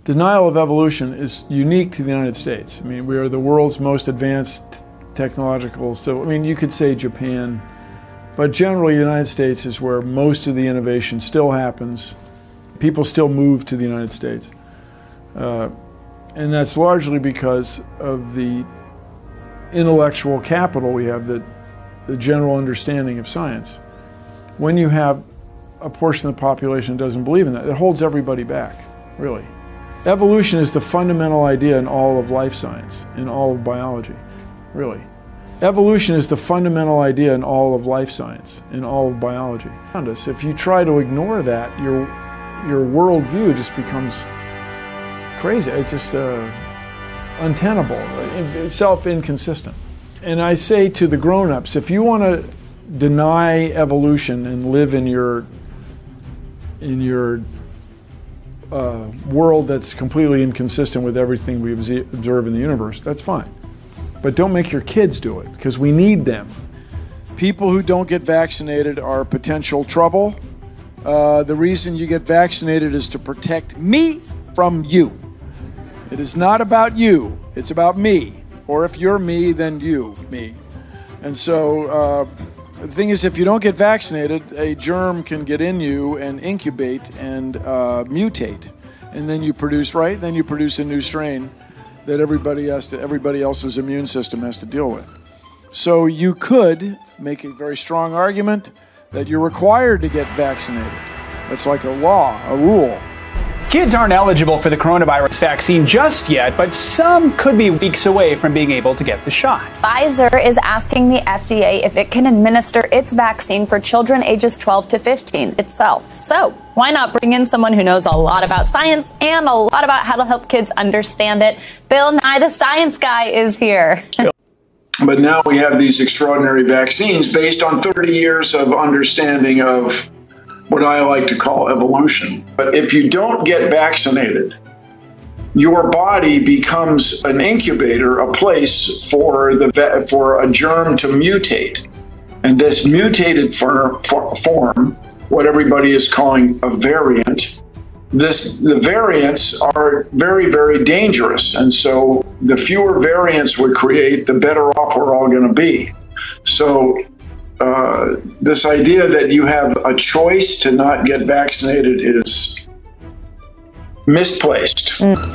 denial of evolution is unique to the United States. I mean, we are the world's most advanced technological, so I mean, you could say Japan, but generally the United States is where most of the innovation still happens. People still move to the United States. And that's largely because of the intellectual capital we have, the general understanding of science. When you have a portion of the population that doesn't believe in that, it holds everybody back, really. Evolution is the fundamental idea in all of life science, in all of biology, really. Evolution is the fundamental idea in all of life science, in all of biology. If you try to ignore that, your worldview just becomes crazy. It's just untenable, self-inconsistent. And I say to the grown-ups, if you want to deny evolution and live in your world that's completely inconsistent with everything we observe in the universe, that's fine. But don't make your kids do it, because we need them. People who don't get vaccinated are potential trouble. The reason you get vaccinated is to protect me from you. It is not about you, it's about me. Or if you're me, then you, me. And so the thing is, if you don't get vaccinated, a germ can get in you and incubate and mutate. And then you produce, right? Then you produce a new strain that everybody else's immune system has to deal with. So you could make a very strong argument that you're required to get vaccinated. That's like a law, a rule. Kids aren't eligible for the coronavirus vaccine just yet, but some could be weeks away from being able to get the shot. Pfizer is asking the FDA if it can administer its vaccine for children ages 12 to 15 itself. So why not bring in someone who knows a lot about science and a lot about how to help kids understand it? Bill Nye, the science guy, is here. But now we have these extraordinary vaccines based on 30 years of understanding of what I like to call evolution. But if you don't get vaccinated, your body becomes an incubator, a place for a germ to mutate. And this mutated form, what everybody is calling a variant, the variants are very, very dangerous. And so the fewer variants we create, the better off we're all going to be. So this idea that you have a choice to not get vaccinated is misplaced.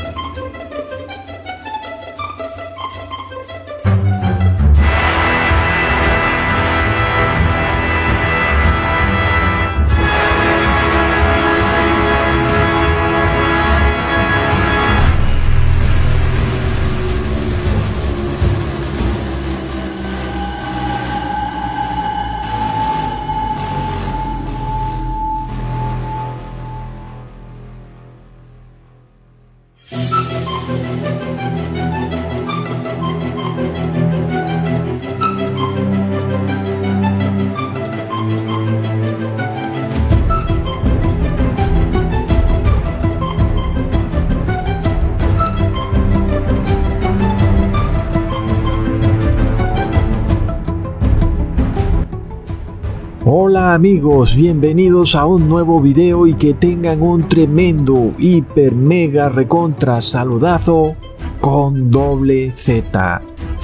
Hola amigos, bienvenidos a un nuevo video y que tengan un tremendo, hiper, mega, recontra saludazo con doble Z.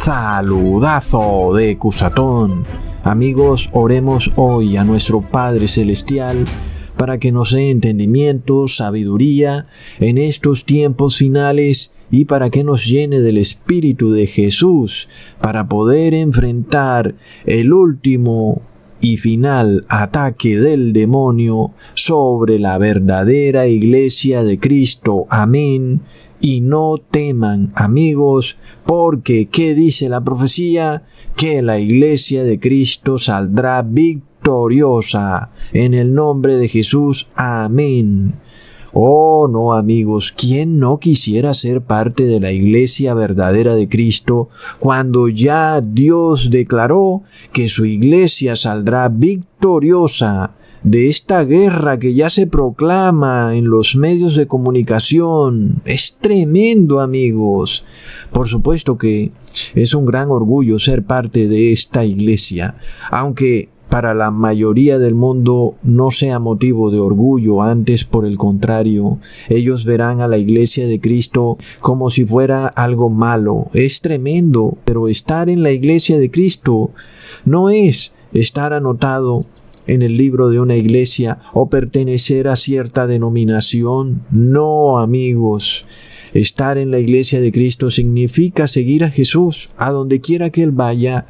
Saludazo de Cusatón. Amigos, oremos hoy a nuestro Padre Celestial para que nos dé entendimiento, sabiduría en estos tiempos finales y para que nos llene del Espíritu de Jesús para poder enfrentar el último y final ataque del demonio sobre la verdadera iglesia de Cristo. Amén. Y no teman, amigos, porque ¿qué dice la profecía? Que la iglesia de Cristo saldrá victoriosa en el nombre de Jesús. Amén. Oh, no, amigos, ¿quién no quisiera ser parte de la iglesia verdadera de Cristo cuando ya Dios declaró que su iglesia saldrá victoriosa de esta guerra que ya se proclama en los medios de comunicación? Es tremendo, amigos. Por supuesto que es un gran orgullo ser parte de esta iglesia, aunque para la mayoría del mundo no sea motivo de orgullo, antes por el contrario, ellos verán a la Iglesia de Cristo como si fuera algo malo. Es tremendo, pero estar en la Iglesia de Cristo no es estar anotado en el libro de una iglesia o pertenecer a cierta denominación. No, amigos. Estar en la Iglesia de Cristo significa seguir a Jesús a donde quiera que Él vaya.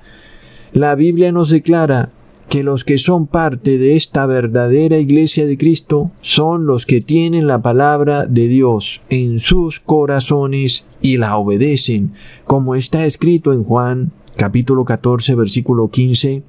La Biblia nos declara que los que son parte de esta verdadera Iglesia de Cristo son los que tienen la palabra de Dios en sus corazones y la obedecen, como está escrito en Juan capítulo 14 versículo 15.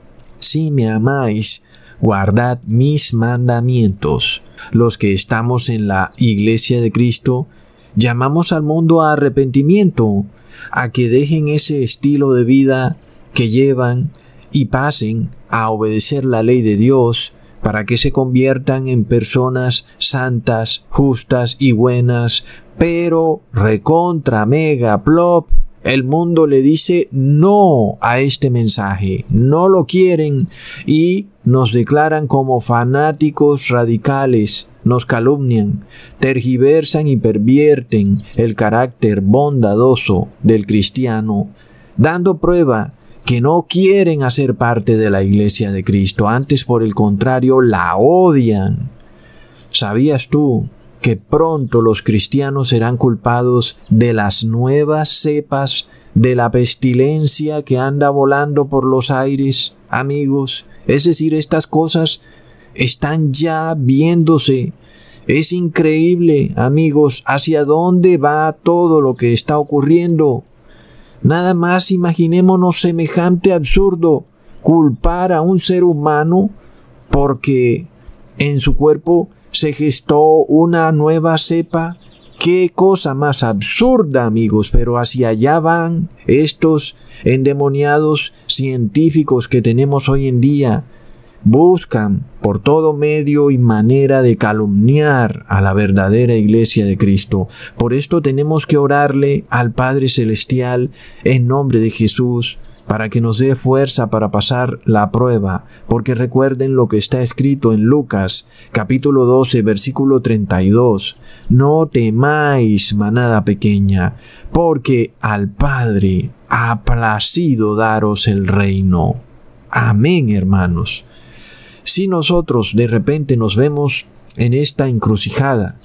Si me amáis, guardad mis mandamientos. Los que estamos en la Iglesia de Cristo llamamos al mundo a arrepentimiento, a que dejen ese estilo de vida que llevan y pasen a obedecer la ley de Dios, para que se conviertan en personas santas, justas y buenas. Pero recontra mega plop, el mundo le dice no a este mensaje, no lo quieren y nos declaran como fanáticos radicales, nos calumnian, tergiversan y pervierten el carácter bondadoso del cristiano, dando prueba que no quieren hacer parte de la Iglesia de Cristo, antes por el contrario la odian. ¿Sabías tú que pronto los cristianos serán culpados de las nuevas cepas de la pestilencia que anda volando por los aires, amigos? Es decir, estas cosas están ya viéndose. Es increíble, amigos, hacia dónde va todo lo que está ocurriendo. Nada más imaginémonos semejante absurdo, culpar a un ser humano porque en su cuerpo se gestó una nueva cepa. Qué cosa más absurda, amigos, pero hacia allá van estos endemoniados científicos que tenemos hoy en día. Buscan por todo medio y manera de calumniar a la verdadera Iglesia de Cristo. Por esto tenemos que orarle al Padre Celestial en nombre de Jesús, para que nos dé fuerza para pasar la prueba, porque recuerden lo que está escrito en Lucas, capítulo 12, versículo 32. No temáis, manada pequeña, porque al Padre ha placido daros el reino. Amén, hermanos. Si nosotros de repente nos vemos en esta encrucijada,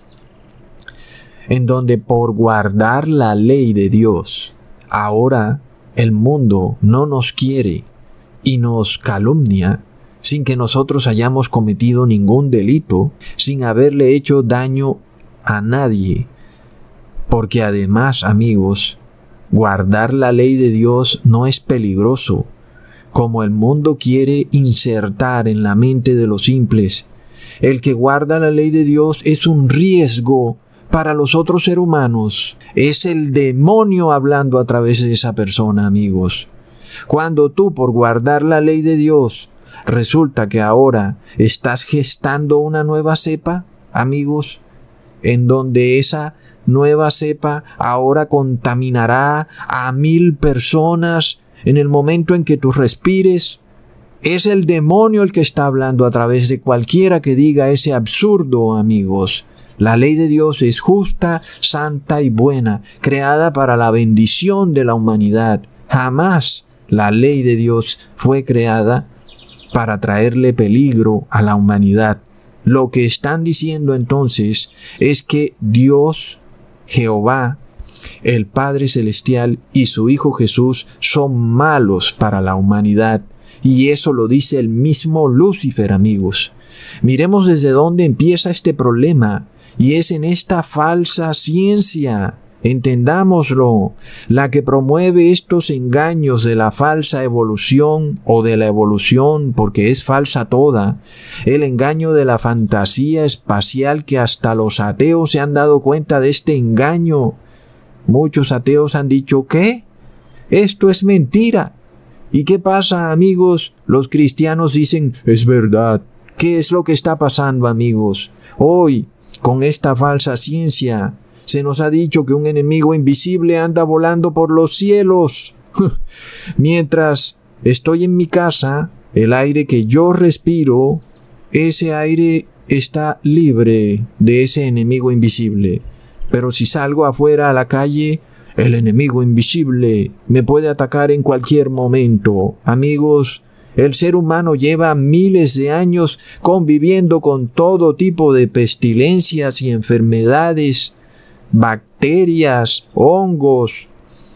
en donde por guardar la ley de Dios, ahora el mundo no nos quiere y nos calumnia sin que nosotros hayamos cometido ningún delito, sin haberle hecho daño a nadie. Porque además, amigos, guardar la ley de Dios no es peligroso, como el mundo quiere insertar en la mente de los simples. El que guarda la ley de Dios es un riesgo para los otros seres humanos. Es el demonio hablando a través de esa persona, amigos. Cuando tú, por guardar la ley de Dios, resulta que ahora estás gestando una nueva cepa, amigos, en donde esa nueva cepa ahora contaminará a 1000 personas en el momento en que tú respires. Es el demonio el que está hablando a través de cualquiera que diga ese absurdo, amigos. La ley de Dios es justa, santa y buena, creada para la bendición de la humanidad. Jamás la ley de Dios fue creada para traerle peligro a la humanidad. Lo que están diciendo entonces es que Dios, Jehová, el Padre Celestial y su Hijo Jesús son malos para la humanidad. Y eso lo dice el mismo Lucifer, amigos. Miremos desde dónde empieza este problema. Y es en esta falsa ciencia, entendámoslo, la que promueve estos engaños de la falsa evolución o de la evolución, porque es falsa toda, el engaño de la fantasía espacial, que hasta los ateos se han dado cuenta de este engaño. Muchos ateos han dicho, ¿qué? Esto es mentira. ¿Y qué pasa, amigos? Los cristianos dicen, es verdad. ¿Qué es lo que está pasando, amigos? Hoy, con esta falsa ciencia, se nos ha dicho que un enemigo invisible anda volando por los cielos. Mientras estoy en mi casa, el aire que yo respiro, ese aire está libre de ese enemigo invisible. Pero si salgo afuera a la calle, el enemigo invisible me puede atacar en cualquier momento. Amigos, el ser humano lleva miles de años conviviendo con todo tipo de pestilencias y enfermedades, bacterias, hongos,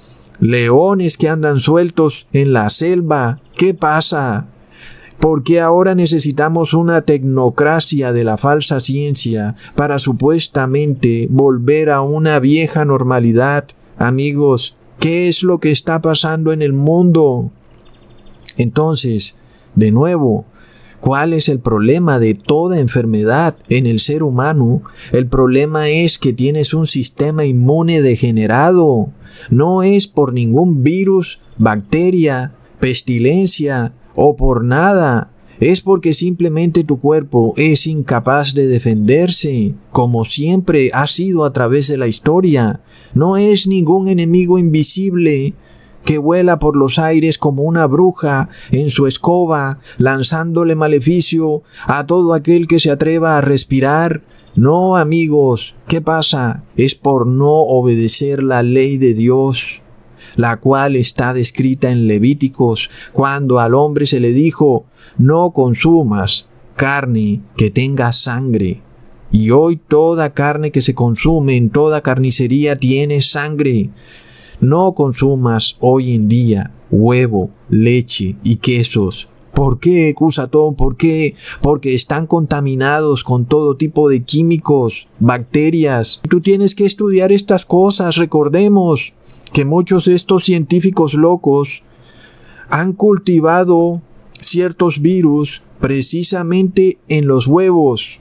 leones que andan sueltos en la selva. ¿Qué pasa? ¿Por qué ahora necesitamos una tecnocracia de la falsa ciencia para supuestamente volver a una vieja normalidad? Amigos, ¿qué es lo que está pasando en el mundo? Entonces, de nuevo, ¿cuál es el problema de toda enfermedad en el ser humano? El problema es que tienes un sistema inmune degenerado. No es por ningún virus, bacteria, pestilencia o por nada. Es porque simplemente tu cuerpo es incapaz de defenderse, como siempre ha sido a través de la historia. No es ningún enemigo invisible que vuela por los aires como una bruja en su escoba, lanzándole maleficio a todo aquel que se atreva a respirar. No, amigos, ¿qué pasa? Es por no obedecer la ley de Dios, la cual está descrita en Levíticos, cuando al hombre se le dijo: no consumas carne que tenga sangre. Y hoy toda carne que se consume en toda carnicería tiene sangre. No consumas hoy en día huevo, leche y quesos. ¿Por qué, Cusatón? ¿Por qué? Porque están contaminados con todo tipo de químicos, bacterias. Tú tienes que estudiar estas cosas. Recordemos que muchos de estos científicos locos han cultivado ciertos virus precisamente en los huevos.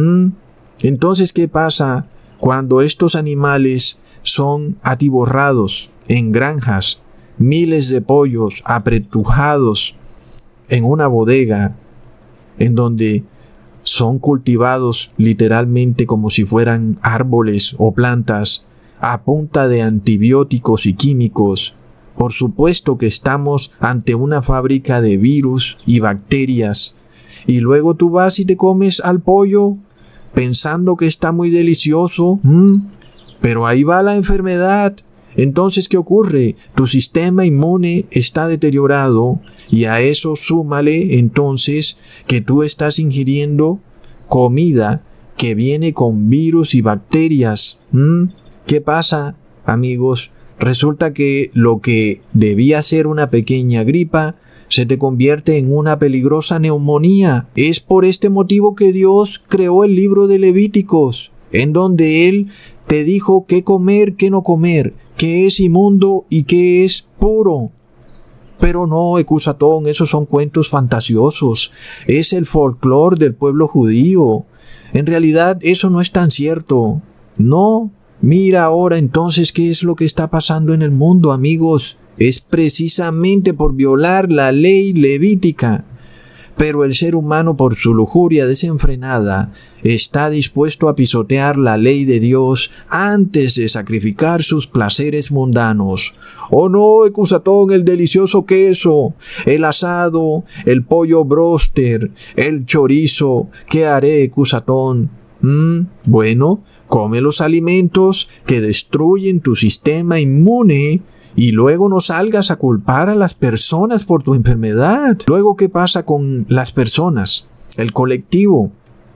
Entonces, ¿qué pasa cuando estos animales son atiborrados en granjas? Miles de pollos apretujados en una bodega en donde son cultivados literalmente como si fueran árboles o plantas a punta de antibióticos y químicos. Por supuesto que estamos ante una fábrica de virus y bacterias. Y luego tú vas y te comes al pollo pensando que está muy delicioso. Pero ahí va la enfermedad. Entonces, ¿qué ocurre? Tu sistema inmune está deteriorado y a eso súmale entonces que tú estás ingiriendo comida que viene con virus y bacterias. ¿Qué pasa, amigos? Resulta que lo que debía ser una pequeña gripa se te convierte en una peligrosa neumonía. Es por este motivo que Dios creó el libro de Levíticos, en donde Él te dijo qué comer, qué no comer, qué es inmundo y qué es puro. Pero no, Ecusatón, esos son cuentos fantasiosos. Es el folclore del pueblo judío. En realidad, eso no es tan cierto. No. Mira ahora entonces qué es lo que está pasando en el mundo, amigos. Es precisamente por violar la ley levítica. Pero el ser humano, por su lujuria desenfrenada, está dispuesto a pisotear la ley de Dios antes de sacrificar sus placeres mundanos. ¡Oh no, Ecusatón, el delicioso queso, el asado, el pollo bróster, el chorizo! ¿Qué haré, Ecusatón? Bueno, come los alimentos que destruyen tu sistema inmune y luego no salgas a culpar a las personas por tu enfermedad. Luego, ¿qué pasa con las personas? El colectivo.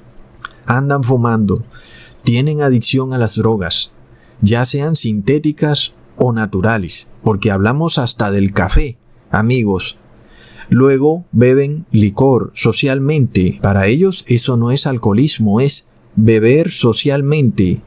Andan fumando. Tienen adicción a las drogas, ya sean sintéticas o naturales, porque hablamos hasta del café, amigos. Luego beben licor socialmente. Para ellos eso no es alcoholismo, es beber socialmente.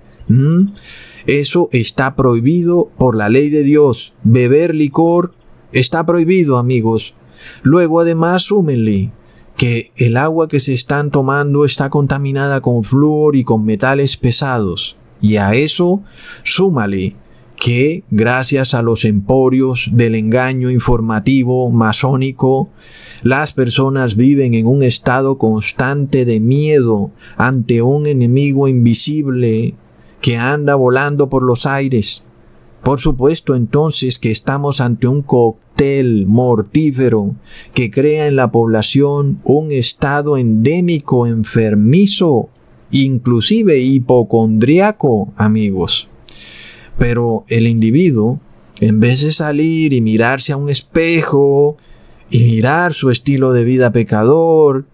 Eso está prohibido por la ley de Dios. Beber licor está prohibido, amigos. Luego, además, súmenle que el agua que se están tomando está contaminada con flúor y con metales pesados. Y a eso, súmale que, gracias a los emporios del engaño informativo masónico, las personas viven en un estado constante de miedo ante un enemigo invisible que anda volando por los aires. Por supuesto entonces que estamos ante un cóctel mortífero que crea en la población un estado endémico enfermizo, inclusive hipocondriaco, amigos. Pero el individuo, en vez de salir y mirarse a un espejo y mirar su estilo de vida pecador,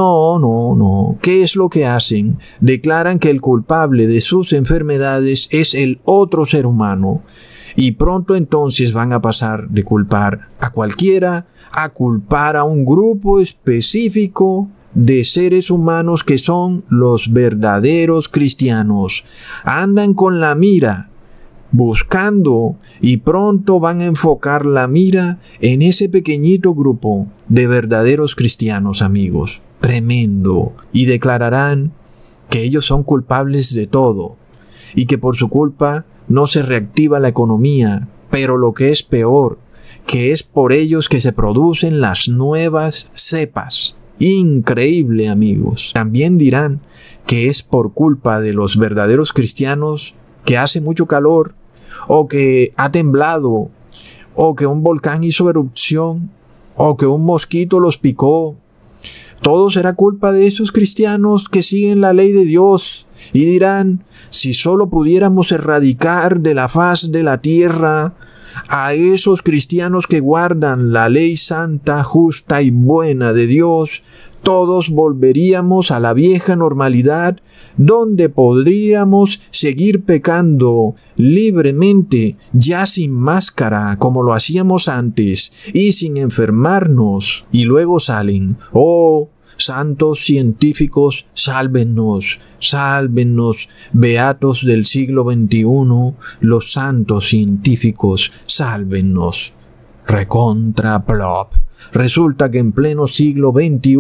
no. ¿Qué es lo que hacen? Declaran que el culpable de sus enfermedades es el otro ser humano. Y pronto entonces van a pasar de culpar a cualquiera a culpar a un grupo específico de seres humanos que son los verdaderos cristianos. Andan con la mira buscando y pronto van a enfocar la mira en ese pequeñito grupo de verdaderos cristianos, amigos. Tremendo. Y declararán que ellos son culpables de todo y que por su culpa no se reactiva la economía, pero lo que es peor, que es por ellos que se producen las nuevas cepas. Increíble, amigos. También dirán que es por culpa de los verdaderos cristianos que hace mucho calor, o que ha temblado, o que un volcán hizo erupción, o que un mosquito los picó. Todo será culpa de esos cristianos que siguen la ley de Dios. Y dirán, si solo pudiéramos erradicar de la faz de la tierra a esos cristianos que guardan la ley santa, justa y buena de Dios, todos volveríamos a la vieja normalidad, donde podríamos seguir pecando libremente, ya sin máscara, como lo hacíamos antes, y sin enfermarnos. Y luego salen, oh, santos científicos, sálvennos, sálvennos, beatos del siglo XXI, los santos científicos, sálvennos. Recontra plop. Resulta que en pleno siglo XXI,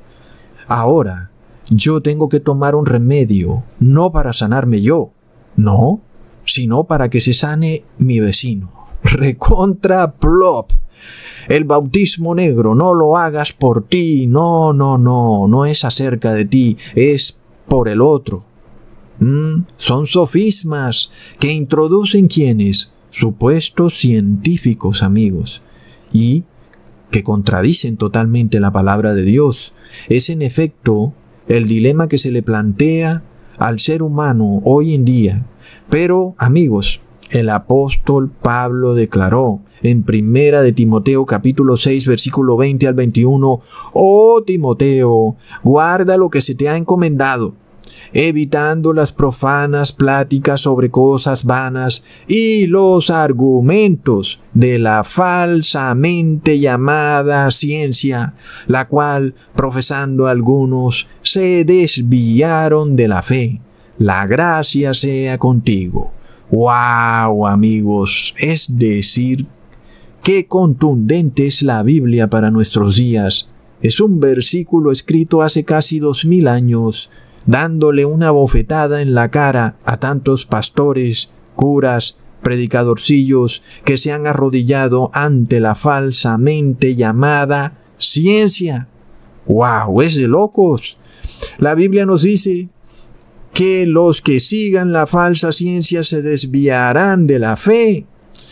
ahora, yo tengo que tomar un remedio, no para sanarme yo, no, sino para que se sane mi vecino. Recontra plop. El bautismo negro, no lo hagas por ti, no es acerca de ti, es por el otro. Son sofismas que introducen quienes, supuestos científicos, amigos, y que contradicen totalmente la palabra de Dios. Es en efecto el dilema que se le plantea al ser humano hoy en día. Pero, amigos, el apóstol Pablo declaró en 1 de Timoteo capítulo 6 versículo 20 al 21, «Oh Timoteo, guarda lo que se te ha encomendado, evitando las profanas pláticas sobre cosas vanas y los argumentos de la falsamente llamada ciencia, la cual, profesando algunos, se desviaron de la fe. La gracia sea contigo». ¡Wow, amigos! Es decir, qué contundente es la Biblia para nuestros días. Es un versículo escrito hace casi 2000 años, dándole una bofetada en la cara a tantos pastores, curas, predicadorcillos que se han arrodillado ante la falsamente llamada ciencia. ¡Wow! Es de locos. La Biblia nos dice que los que sigan la falsa ciencia se desviarán de la fe.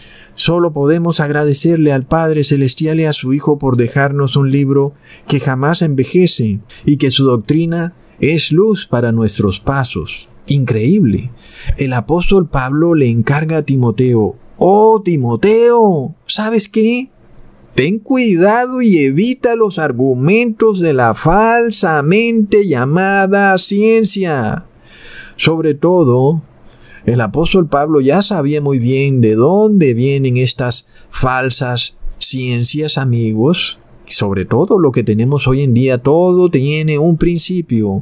Solo podemos agradecerle al Padre Celestial y a su Hijo por dejarnos un libro que jamás envejece y que su doctrina es luz para nuestros pasos. Increíble. El apóstol Pablo le encarga a Timoteo, «Oh, Timoteo, ¿sabes qué? Ten cuidado y evita los argumentos de la falsamente llamada ciencia». Sobre todo, el apóstol Pablo ya sabía muy bien de dónde vienen estas falsas ciencias, amigos. Sobre todo lo que tenemos hoy en día, todo tiene un principio.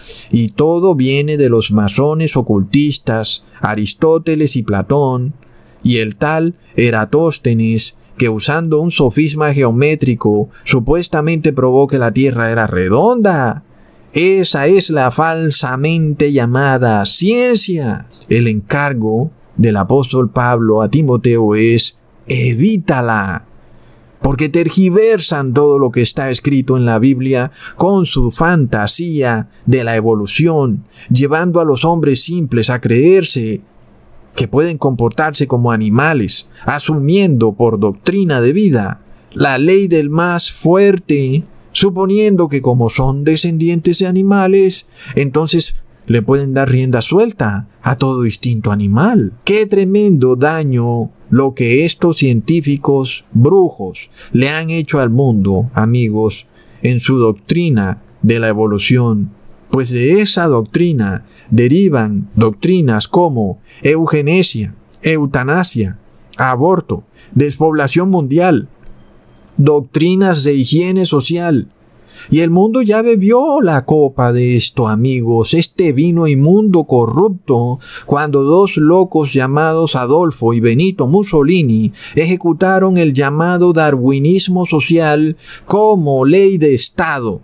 Y todo viene de los masones ocultistas, Aristóteles y Platón, y el tal Eratóstenes, que usando un sofisma geométrico, supuestamente probó que la Tierra era redonda. Esa es la falsamente llamada ciencia. El encargo del apóstol Pablo a Timoteo es: evítala, porque tergiversan todo lo que está escrito en la Biblia con su fantasía de la evolución, llevando a los hombres simples a creerse que pueden comportarse como animales, asumiendo por doctrina de vida la ley del más fuerte, suponiendo que como son descendientes de animales, entonces le pueden dar rienda suelta a todo instinto animal. ¡Qué tremendo daño lo que estos científicos brujos le han hecho al mundo, amigos, en su doctrina de la evolución! Pues de esa doctrina derivan doctrinas como eugenesia, eutanasia, aborto, despoblación mundial, doctrinas de higiene social. Y el mundo ya bebió la copa de esto, amigos, este vino inmundo corrupto, cuando dos locos llamados Adolfo y Benito Mussolini ejecutaron el llamado darwinismo social como ley de Estado.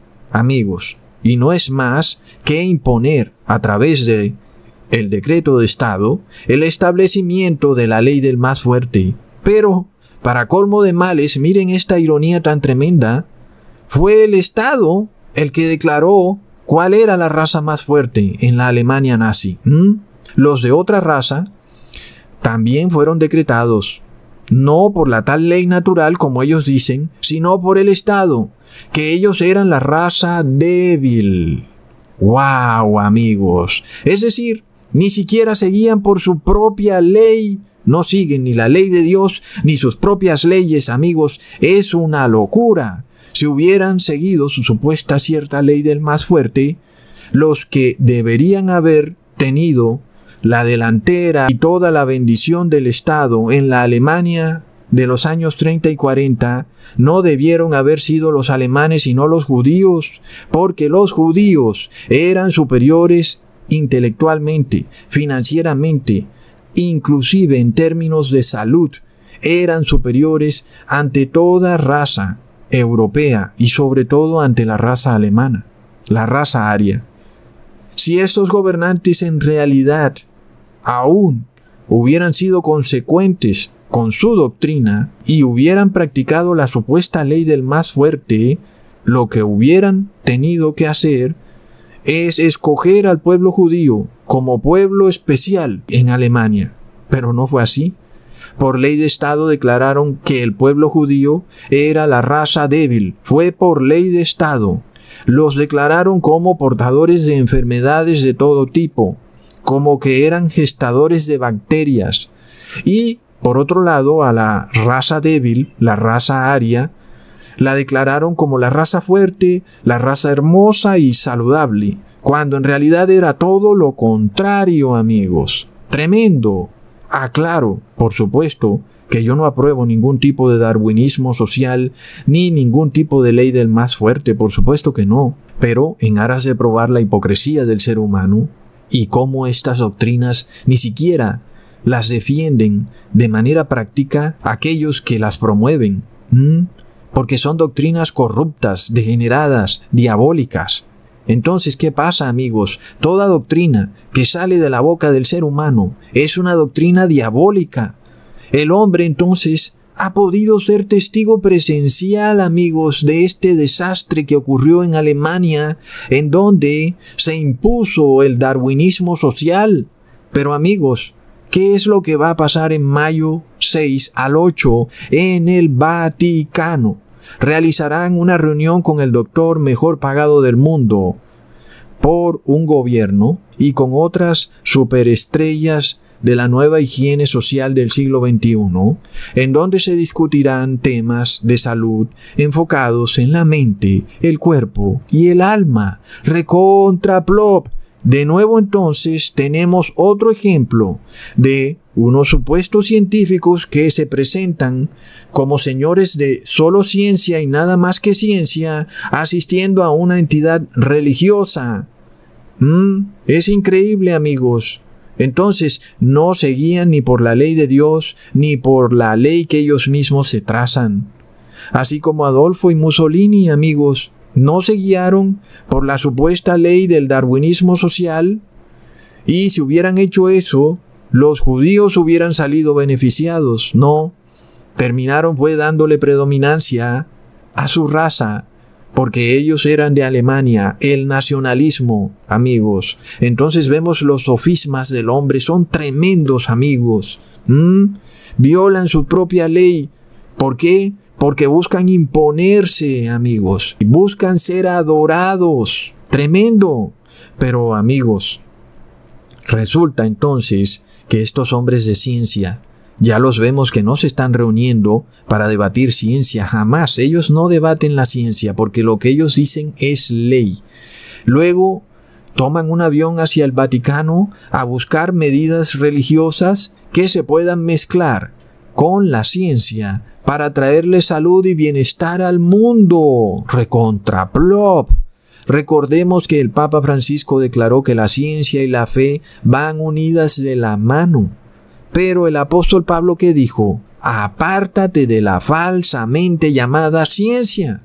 Amigos, y no es más que imponer a través de el decreto de Estado el establecimiento de la ley del más fuerte. Pero, para colmo de males, miren esta ironía tan tremenda, fue el Estado el que declaró cuál era la raza más fuerte en la Alemania nazi. Los de otra raza también fueron decretados, no por la tal ley natural como ellos dicen, sino por el Estado, que ellos eran la raza débil. ¡Wow, amigos! Es decir, ni siquiera seguían por su propia ley. No siguen ni la ley de Dios ni sus propias leyes, amigos. Es una locura. Si hubieran seguido su supuesta cierta ley del más fuerte, los que deberían haber tenido la delantera y toda la bendición del Estado en la Alemania de los años 30 y 40 no debieron haber sido los alemanes sino los judíos, porque los judíos eran superiores intelectualmente, financieramente, inclusive en términos de salud, eran superiores ante toda raza europea y sobre todo ante la raza alemana, la raza aria. Si estos gobernantes en realidad aún hubieran sido consecuentes con su doctrina y hubieran practicado la supuesta ley del más fuerte, lo que hubieran tenido que hacer es escoger al pueblo judío como pueblo especial en Alemania. Pero no fue así. Por ley de Estado declararon que el pueblo judío era la raza débil. Fue por ley de Estado. Los declararon como portadores de enfermedades de todo tipo, como que eran gestadores de bacterias. Y, por otro lado, a la raza débil, la raza aria, la declararon como la raza fuerte, la raza hermosa y saludable, cuando en realidad era todo lo contrario, amigos. Tremendo. Aclaro, por supuesto, que yo no apruebo ningún tipo de darwinismo social, ni ningún tipo de ley del más fuerte, por supuesto que no. Pero, en aras de probar la hipocresía del ser humano, y cómo estas doctrinas ni siquiera las defienden de manera práctica aquellos que las promueven, porque son doctrinas corruptas, degeneradas, diabólicas. Entonces, ¿qué pasa, amigos? Toda doctrina que sale de la boca del ser humano es una doctrina diabólica. El hombre, entonces, ha podido ser testigo presencial, amigos, de este desastre que ocurrió en Alemania, en donde se impuso el darwinismo social. Pero, amigos, ¿qué es lo que va a pasar en mayo 6 al 8 en el Vaticano? Realizarán una reunión con el doctor mejor pagado del mundo por un gobierno y con otras superestrellas de la nueva higiene social del siglo XXI, en donde se discutirán temas de salud enfocados en la mente, el cuerpo y el alma. Recontraplop. De nuevo entonces tenemos otro ejemplo de unos supuestos científicos que se presentan como señores de solo ciencia y nada más que ciencia, asistiendo a una entidad religiosa. Es increíble, amigos. Entonces no se guían ni por la ley de Dios ni por la ley que ellos mismos se trazan. Así como Adolfo y Mussolini, amigos, no se guiaron por la supuesta ley del darwinismo social, y si hubieran hecho eso, los judíos hubieran salido beneficiados. No, terminaron fue dándole predominancia a su raza porque ellos eran de Alemania, el nacionalismo, amigos. Entonces vemos los sofismas del hombre, son tremendos, amigos. Violan su propia ley. ¿Por qué? Porque buscan imponerse, amigos. Buscan ser adorados. Tremendo. Pero, amigos, resulta entonces que estos hombres de ciencia, ya los vemos que no se están reuniendo para debatir ciencia, jamás. Ellos no debaten la ciencia porque lo que ellos dicen es ley. Luego toman un avión hacia el Vaticano a buscar medidas religiosas que se puedan mezclar con la ciencia para traerle salud y bienestar al mundo. Recontraplop. Recordemos que el Papa Francisco declaró que la ciencia y la fe van unidas de la mano. Pero el apóstol Pablo, ¿qué dijo? Apártate de la falsamente llamada ciencia.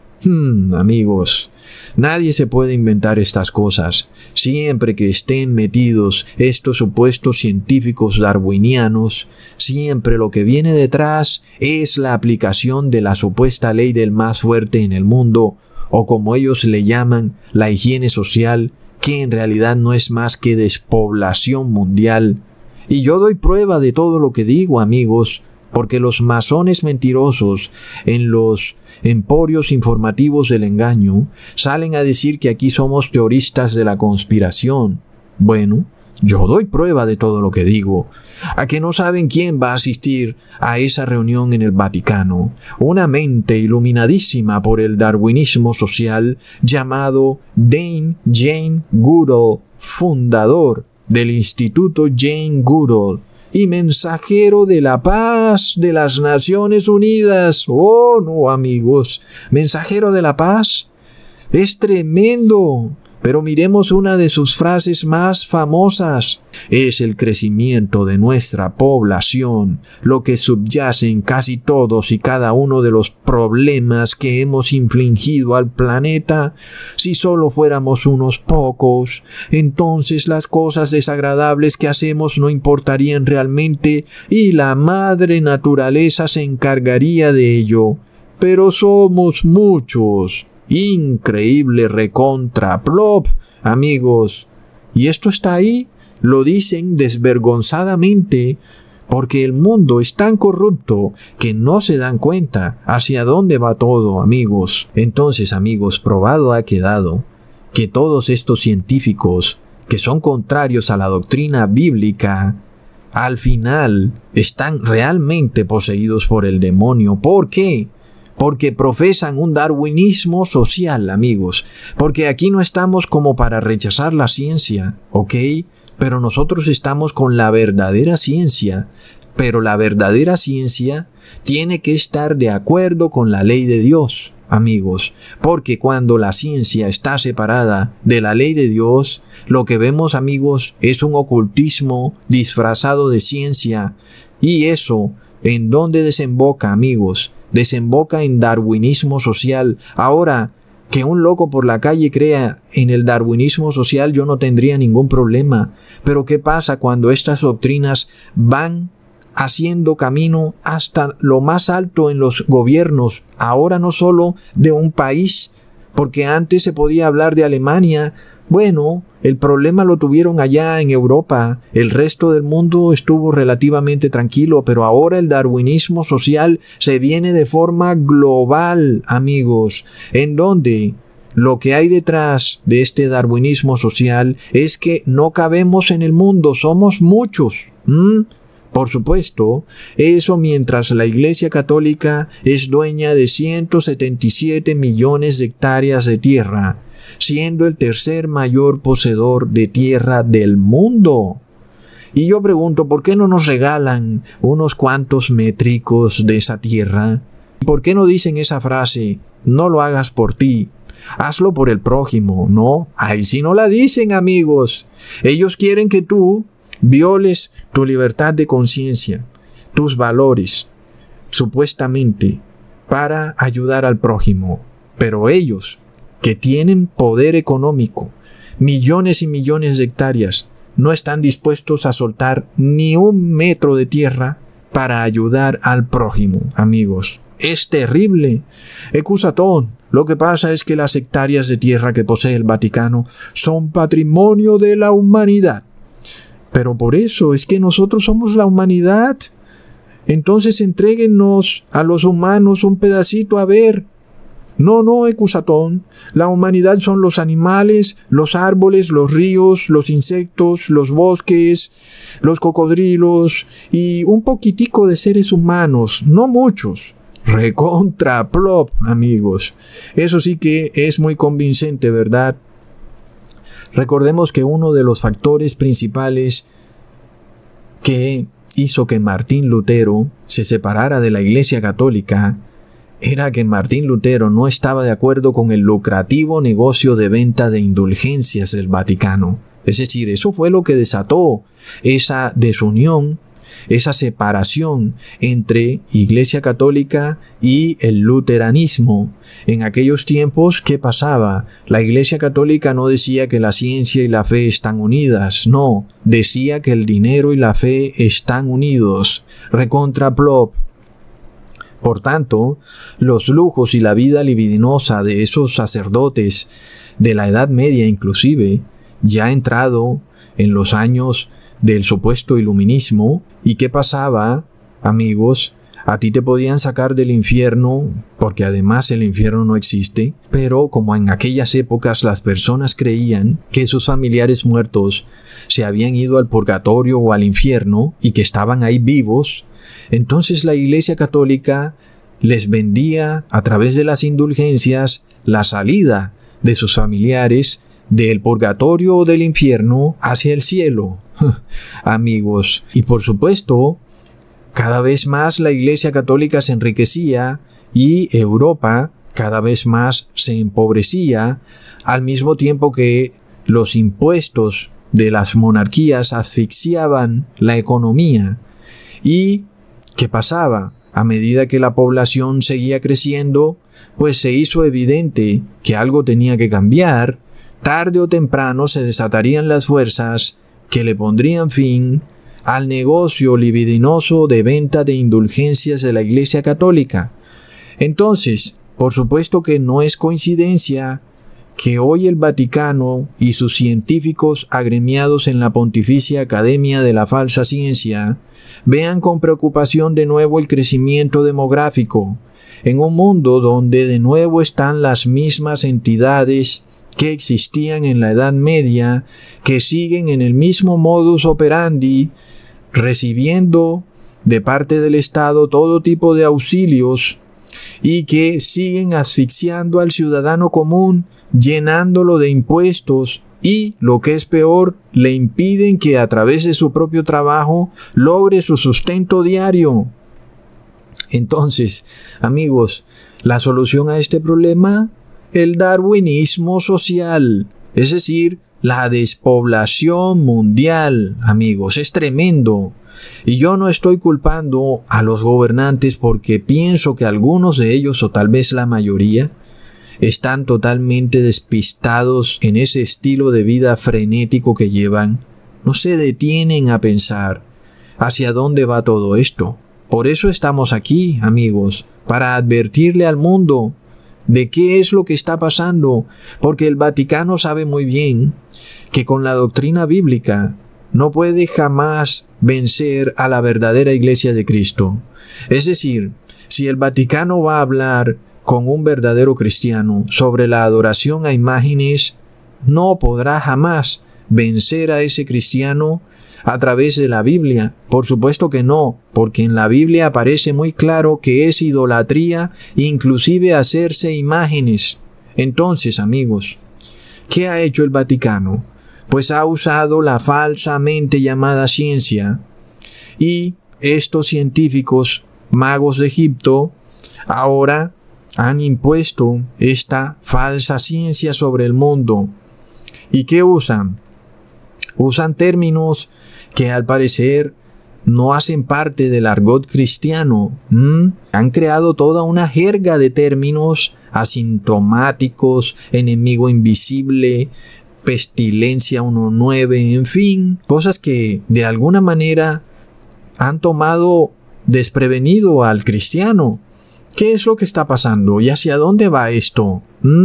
Amigos, nadie se puede inventar estas cosas. Siempre que estén metidos estos supuestos científicos darwinianos, siempre lo que viene detrás es la aplicación de la supuesta ley del más fuerte en el mundo, o como ellos le llaman, la higiene social, que en realidad no es más que despoblación mundial. Y yo doy prueba de todo lo que digo, amigos, porque los masones mentirosos en los emporios informativos del engaño salen a decir que aquí somos teoristas de la conspiración. Bueno, yo doy prueba de todo lo que digo. ¿A que no saben quién va a asistir a esa reunión en el Vaticano? Una mente iluminadísima por el darwinismo social llamado Dane Jane Goodall, fundador del Instituto Jane Goodall y mensajero de la paz de las Naciones Unidas. Oh, no, amigos, mensajero de la paz. Es tremendo. Pero miremos una de sus frases más famosas. Es el crecimiento de nuestra población lo que subyace en casi todos y cada uno de los problemas que hemos infligido al planeta. Si solo fuéramos unos pocos, entonces las cosas desagradables que hacemos no importarían realmente y la madre naturaleza se encargaría de ello. Pero somos muchos. Increíble recontraplop, amigos. Y esto está ahí, lo dicen desvergonzadamente, porque el mundo es tan corrupto que no se dan cuenta hacia dónde va todo, amigos. Entonces, amigos, probado ha quedado que todos estos científicos que son contrarios a la doctrina bíblica, al final están realmente poseídos por el demonio. ¿Por qué? Porque profesan un darwinismo social, amigos. Porque aquí no estamos como para rechazar la ciencia, ¿ok? Pero nosotros estamos con la verdadera ciencia. Pero la verdadera ciencia tiene que estar de acuerdo con la ley de Dios, amigos. Porque cuando la ciencia está separada de la ley de Dios, lo que vemos, amigos, es un ocultismo disfrazado de ciencia. Y eso, ¿en dónde desemboca, amigos? Desemboca en darwinismo social. Ahora, que un loco por la calle crea en el darwinismo social, yo no tendría ningún problema. Pero ¿qué pasa cuando estas doctrinas van haciendo camino hasta lo más alto en los gobiernos? Ahora no solo de un país, porque antes se podía hablar de Alemania. Bueno, el problema lo tuvieron allá en Europa. El resto del mundo estuvo relativamente tranquilo, pero ahora el darwinismo social se viene de forma global, amigos, en donde lo que hay detrás de este darwinismo social es que no cabemos en el mundo, somos muchos. Por supuesto, eso mientras la Iglesia Católica es dueña de 177 millones de hectáreas de tierra, siendo el tercer mayor poseedor de tierra del mundo. Y yo pregunto, ¿por qué no nos regalan unos cuantos métricos de esa tierra? ¿Por qué no dicen esa frase, no lo hagas por ti, hazlo por el prójimo? No, ahí sí no la dicen, amigos. Ellos quieren que tú violes tu libertad de conciencia, tus valores, supuestamente, para ayudar al prójimo. Pero ellos, que tienen poder económico, millones y millones de hectáreas, no están dispuestos a soltar ni un metro de tierra para ayudar al prójimo, amigos. es terrible. Ecusatón, lo que pasa es que las hectáreas de tierra que posee el Vaticano son patrimonio de la humanidad. Pero por eso es que nosotros somos la humanidad. Entonces entréguennos a los humanos un pedacito a ver. No, Ecusatón. La humanidad son los animales, los árboles, los ríos, los insectos, los bosques, los cocodrilos y un poquitico de seres humanos, no muchos. Recontra plop, amigos. Eso sí que es muy convincente, ¿verdad? Recordemos que uno de los factores principales que hizo que Martín Lutero se separara de la Iglesia Católica era que Martín Lutero no estaba de acuerdo con el lucrativo negocio de venta de indulgencias del Vaticano. Es decir, eso fue lo que desató esa desunión, esa separación entre Iglesia Católica y el luteranismo. En aquellos tiempos, ¿qué pasaba? La Iglesia Católica no decía que la ciencia y la fe están unidas, no, decía que el dinero y la fe están unidos. Recontra plop. Por tanto, los lujos y la vida libidinosa de esos sacerdotes de la Edad Media inclusive, ya entrado en los años del supuesto iluminismo. ¿Y qué pasaba, amigos? A ti te podían sacar del infierno, porque además el infierno no existe, pero como en aquellas épocas las personas creían que sus familiares muertos se habían ido al purgatorio o al infierno y que estaban ahí vivos, entonces la Iglesia Católica les vendía a través de las indulgencias la salida de sus familiares del purgatorio o del infierno hacia el cielo. Amigos, y por supuesto, cada vez más la Iglesia Católica se enriquecía y Europa cada vez más se empobrecía, al mismo tiempo que los impuestos de las monarquías asfixiaban la economía. ¿Y qué pasaba? A medida que la población seguía creciendo, pues se hizo evidente que algo tenía que cambiar. Tarde o temprano se desatarían las fuerzas que le pondrían fin al negocio libidinoso de venta de indulgencias de la Iglesia Católica. Entonces, por supuesto que no es coincidencia que hoy el Vaticano y sus científicos agremiados en la Pontificia Academia de la Falsa Ciencia vean con preocupación de nuevo el crecimiento demográfico, en un mundo donde de nuevo están las mismas entidades que existían en la Edad Media, que siguen en el mismo modus operandi, recibiendo de parte del Estado todo tipo de auxilios y que siguen asfixiando al ciudadano común, llenándolo de impuestos y, lo que es peor, le impiden que a través de su propio trabajo logre su sustento diario. Entonces, amigos, la solución a este problema, el darwinismo social, es decir, la despoblación mundial, amigos, es tremendo. Y yo no estoy culpando a los gobernantes porque pienso que algunos de ellos, o tal vez la mayoría, están totalmente despistados en ese estilo de vida frenético que llevan. No se detienen a pensar hacia dónde va todo esto. Por eso estamos aquí, amigos, para advertirle al mundo de qué es lo que está pasando, porque el Vaticano sabe muy bien que con la doctrina bíblica no puede jamás vencer a la verdadera Iglesia de Cristo. Es decir, si el Vaticano va a hablar con un verdadero cristiano sobre la adoración a imágenes, no podrá jamás vencer a ese cristiano a través de la Biblia. Por supuesto que no, porque en la Biblia aparece muy claro que es idolatría, inclusive hacerse imágenes. Entonces, amigos, ¿qué ha hecho el Vaticano? Pues ha usado la falsamente llamada ciencia, y estos científicos magos de Egipto ahora han impuesto esta falsa ciencia sobre el mundo. ¿Y qué usan? Usan términos que al parecer no hacen parte del argot cristiano. Han creado toda una jerga de términos asintomáticos, enemigo invisible, pestilencia 1.9, en fin, cosas que de alguna manera han tomado desprevenido al cristiano. ¿Qué es lo que está pasando? ¿Y hacia dónde va esto?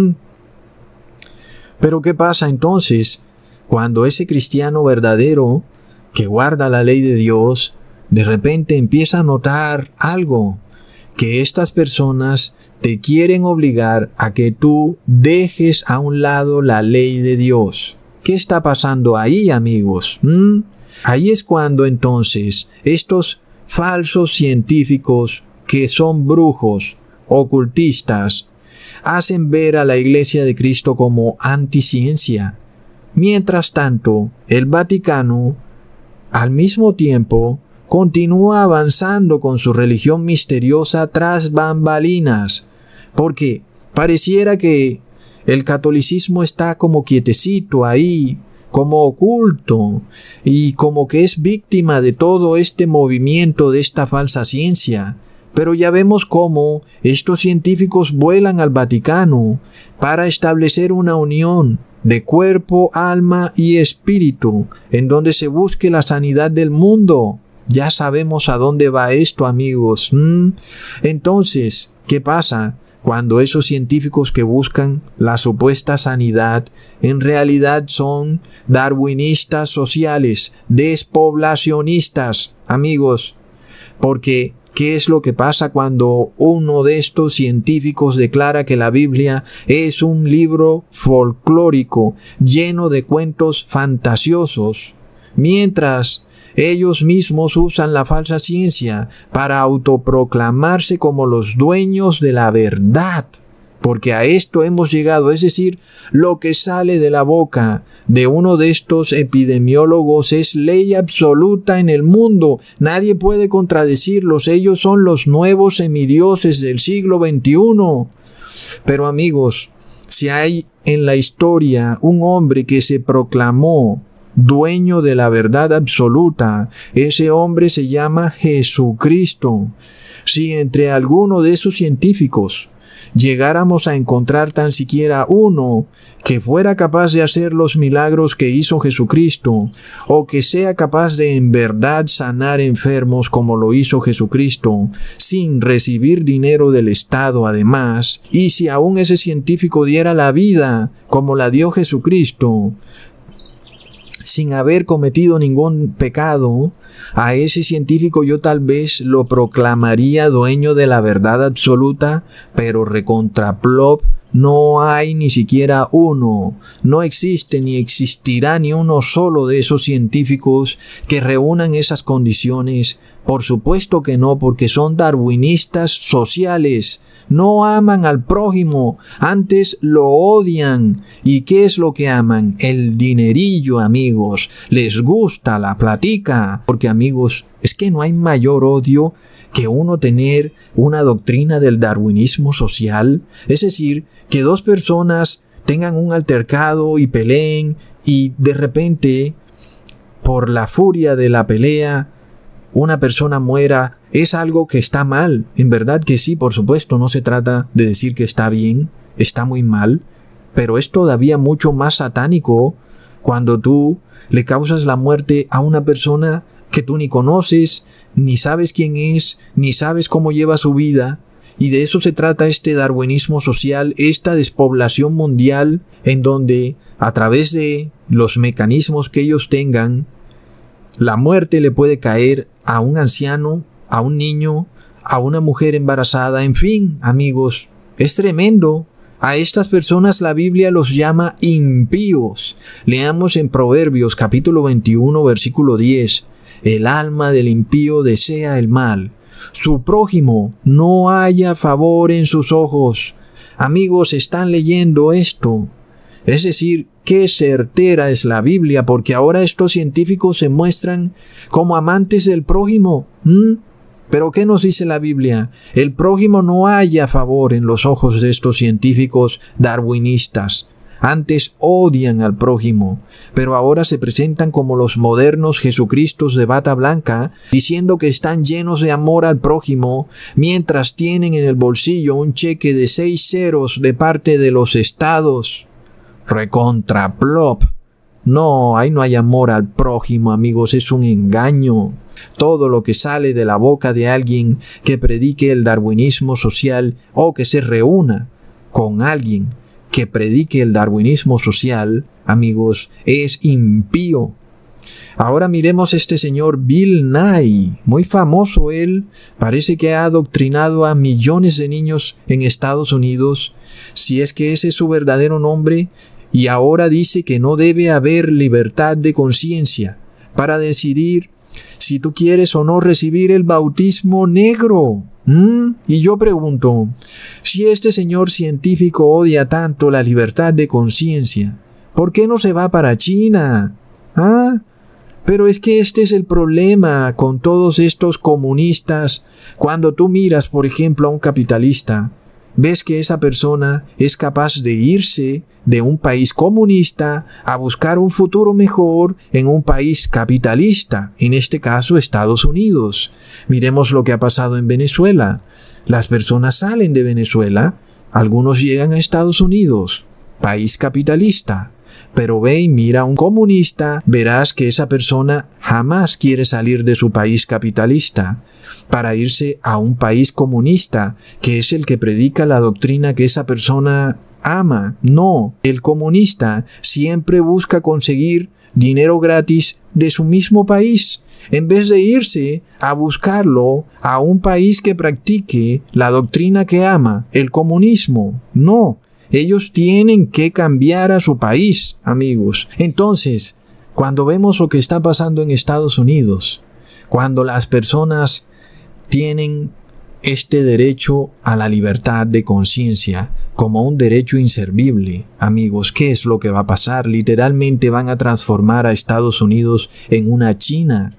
Pero ¿qué pasa entonces cuando ese cristiano verdadero que guarda la ley de Dios de repente empieza a notar algo? Que estas personas te quieren obligar a que tú dejes a un lado la ley de Dios. ¿Qué está pasando ahí, amigos? Ahí es cuando entonces estos falsos científicos que son brujos, ocultistas, hacen ver a la Iglesia de Cristo como anticiencia. Mientras tanto, el Vaticano, al mismo tiempo, continúa avanzando con su religión misteriosa tras bambalinas, porque pareciera que el catolicismo está como quietecito ahí, como oculto, y como que es víctima de todo este movimiento de esta falsa ciencia. Pero ya vemos cómo estos científicos vuelan al Vaticano para establecer una unión de cuerpo, alma y espíritu, en donde se busque la sanidad del mundo. Ya sabemos a dónde va esto, amigos. Entonces, ¿qué pasa cuando esos científicos que buscan la supuesta sanidad en realidad son darwinistas sociales, despoblacionistas, amigos? Porque ¿qué es lo que pasa cuando uno de estos científicos declara que la Biblia es un libro folclórico lleno de cuentos fantasiosos, mientras ellos mismos usan la falsa ciencia para autoproclamarse como los dueños de la verdad? Porque a esto hemos llegado, es decir, lo que sale de la boca de uno de estos epidemiólogos es ley absoluta en el mundo. Nadie puede contradecirlos, ellos son los nuevos semidioses del siglo XXI. Pero amigos, si hay en la historia un hombre que se proclamó dueño de la verdad absoluta, ese hombre se llama Jesucristo. Si entre alguno de esos científicos llegáramos a encontrar tan siquiera uno que fuera capaz de hacer los milagros que hizo Jesucristo, o que sea capaz de en verdad sanar enfermos como lo hizo Jesucristo, sin recibir dinero del Estado además, y si aún ese científico diera la vida como la dio Jesucristo, sin haber cometido ningún pecado, a ese científico yo tal vez lo proclamaría dueño de la verdad absoluta, pero recontraplop, no hay ni siquiera uno, no existe ni existirá ni uno solo de esos científicos que reúnan esas condiciones. Por supuesto que no, porque son darwinistas sociales. No aman al prójimo, antes lo odian. ¿Y qué es lo que aman? El dinerillo, amigos. Les gusta la platica. Porque, amigos, es que no hay mayor odio que uno tener una doctrina del darwinismo social. Es decir, que dos personas tengan un altercado y peleen, y de repente, por la furia de la pelea, una persona muera. Es algo que está mal, en verdad que sí, por supuesto, no se trata de decir que está bien, está muy mal, pero es todavía mucho más satánico cuando tú le causas la muerte a una persona que tú ni conoces, ni sabes quién es, ni sabes cómo lleva su vida, y de eso se trata este darwinismo social, esta despoblación mundial, en donde a través de los mecanismos que ellos tengan, la muerte le puede caer a un anciano, a un niño, a una mujer embarazada, en fin, amigos, es tremendo. A estas personas la Biblia los llama impíos. Leamos en Proverbios capítulo 21, versículo 10. El alma del impío desea el mal. Su prójimo no halla favor en sus ojos. Amigos, están leyendo esto. Es decir, qué certera es la Biblia, porque ahora estos científicos se muestran como amantes del prójimo. Pero ¿qué nos dice la Biblia? El prójimo no halla favor en los ojos de estos científicos darwinistas. Antes odian al prójimo, pero ahora se presentan como los modernos Jesucristos de bata blanca, diciendo que están llenos de amor al prójimo, mientras tienen en el bolsillo un cheque de 6 ceros de parte de los estados. Recontraplop. No, ahí no hay amor al prójimo, amigos, es un engaño. Todo lo que sale de la boca de alguien que predique el darwinismo social o que se reúna con alguien que predique el darwinismo social, amigos, es impío. Ahora miremos este señor Bill Nye, muy famoso él, parece que ha adoctrinado a millones de niños en Estados Unidos, si es que ese es su verdadero nombre, y ahora dice que no debe haber libertad de conciencia para decidir si tú quieres o no recibir el bautismo negro. Y yo pregunto, si este señor científico odia tanto la libertad de conciencia, ¿por qué no se va para China? Pero es que este es el problema con todos estos comunistas. Cuando tú miras, por ejemplo, a un capitalista, ves que esa persona es capaz de irse de un país comunista a buscar un futuro mejor en un país capitalista, en este caso Estados Unidos. Miremos lo que ha pasado en Venezuela. Las personas salen de Venezuela, algunos llegan a Estados Unidos, país capitalista. Pero ve y mira a un comunista, verás que esa persona jamás quiere salir de su país capitalista para irse a un país comunista, que es el que predica la doctrina que esa persona ama. No, el comunista siempre busca conseguir dinero gratis de su mismo país, en vez de irse a buscarlo a un país que practique la doctrina que ama, el comunismo. No. Ellos tienen que cambiar a su país, amigos. Entonces, cuando vemos lo que está pasando en Estados Unidos, cuando las personas tienen este derecho a la libertad de conciencia como un derecho inservible, amigos, ¿qué es lo que va a pasar? Literalmente van a transformar a Estados Unidos en una China.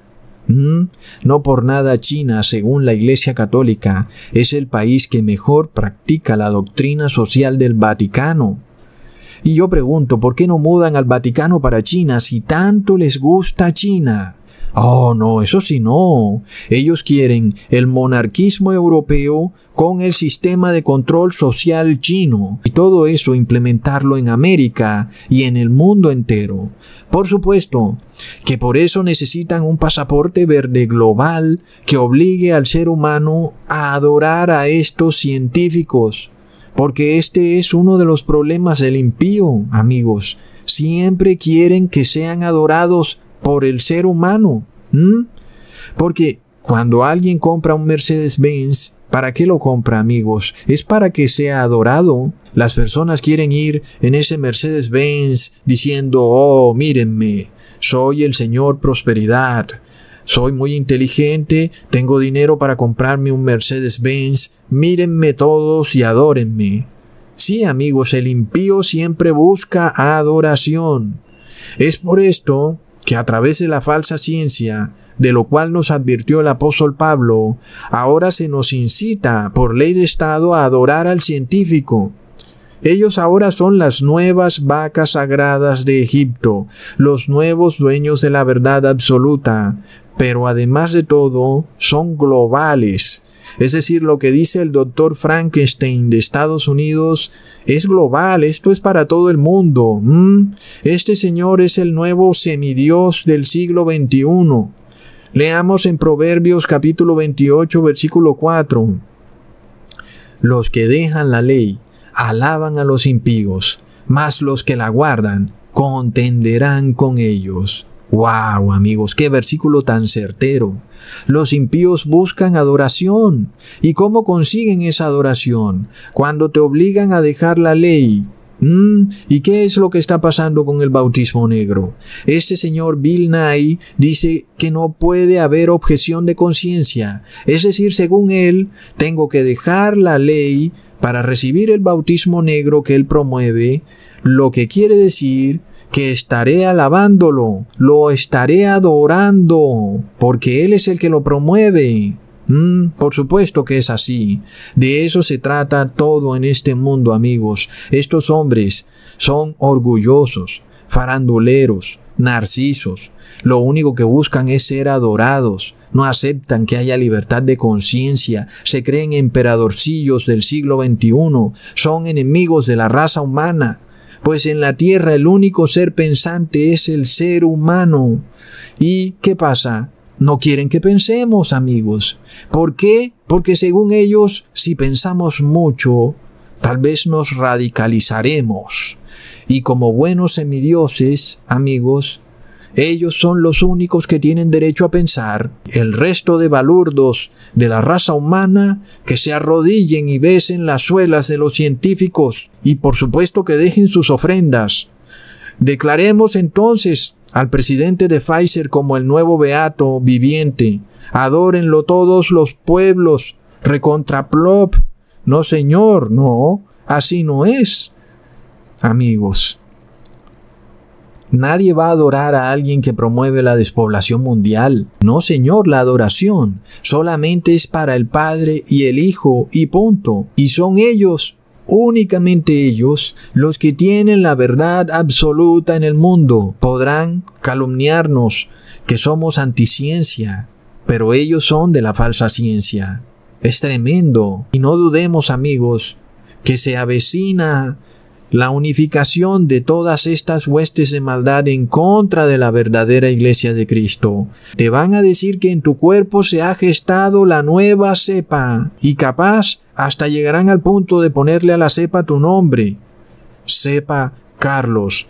No por nada China, según la Iglesia Católica, es el país que mejor practica la doctrina social del Vaticano. Y yo pregunto, ¿por qué no mudan al Vaticano para China si tanto les gusta China? Oh, no, eso sí no. Ellos quieren el monarquismo europeo con el sistema de control social chino y todo eso implementarlo en América y en el mundo entero. Por supuesto que por eso necesitan un pasaporte verde global que obligue al ser humano a adorar a estos científicos, porque este es uno de los problemas del impío, amigos. Siempre quieren que sean adorados por el ser humano. Porque cuando alguien compra un Mercedes-Benz, ¿para qué lo compra, amigos? Es para que sea adorado. Las personas quieren ir en ese Mercedes-Benz diciendo, oh, mírenme, soy el señor prosperidad, soy muy inteligente, tengo dinero para comprarme un Mercedes-Benz, mírenme todos y adórenme. Sí, amigos, el impío siempre busca adoración. Es por esto que a través de la falsa ciencia, de lo cual nos advirtió el apóstol Pablo, ahora se nos incita por ley de Estado a adorar al científico. Ellos ahora son las nuevas vacas sagradas de Egipto, los nuevos dueños de la verdad absoluta, pero además de todo, son globales. Es decir, lo que dice el doctor Frankenstein de Estados Unidos es global, esto es para todo el mundo. Este señor es el nuevo semidios del siglo XXI. Leamos en Proverbios capítulo 28, versículo 4. Los que dejan la ley alaban a los impíos, mas los que la guardan contenderán con ellos. ¡Wow, amigos! ¡Qué versículo tan certero! Los impíos buscan adoración. ¿Y cómo consiguen esa adoración? Cuando te obligan a dejar la ley. ¿Y qué es lo que está pasando con el bautismo negro? Este señor Bill Nye dice que no puede haber objeción de conciencia. Es decir, según él, tengo que dejar la ley para recibir el bautismo negro que él promueve, lo que quiere decir que estaré alabándolo, lo estaré adorando, porque él es el que lo promueve. Por supuesto que es así. De eso se trata todo en este mundo, amigos. Estos hombres son orgullosos, faranduleros, narcisos. Lo único que buscan es ser adorados. No aceptan que haya libertad de conciencia. Se creen emperadorcillos del siglo XXI. Son enemigos de la raza humana. Pues en la tierra el único ser pensante es el ser humano. ¿Y qué pasa? no quieren que pensemos, amigos. ¿Por qué? Porque según ellos, si pensamos mucho, tal vez nos radicalizaremos. Y como buenos semidioses, amigos, ellos son los únicos que tienen derecho a pensar. El resto de balurdos de la raza humana que se arrodillen y besen las suelas de los científicos y por supuesto que dejen sus ofrendas. Declaremos entonces al presidente de Pfizer como el nuevo beato viviente. Adórenlo todos los pueblos. Recontraplop. No, señor, no. Así no es. Amigos, nadie va a adorar a alguien que promueve la despoblación mundial. No, señor, la adoración solamente es para el Padre y el Hijo y punto. Y son ellos, únicamente ellos, los que tienen la verdad absoluta en el mundo. Podrán calumniarnos que somos anticiencia, pero ellos son de la falsa ciencia. Es tremendo. Y no dudemos, amigos, que se avecina la unificación de todas estas huestes de maldad en contra de la verdadera iglesia de Cristo. Te van a decir que en tu cuerpo se ha gestado la nueva cepa y capaz hasta llegarán al punto de ponerle a la cepa tu nombre. Cepa Carlos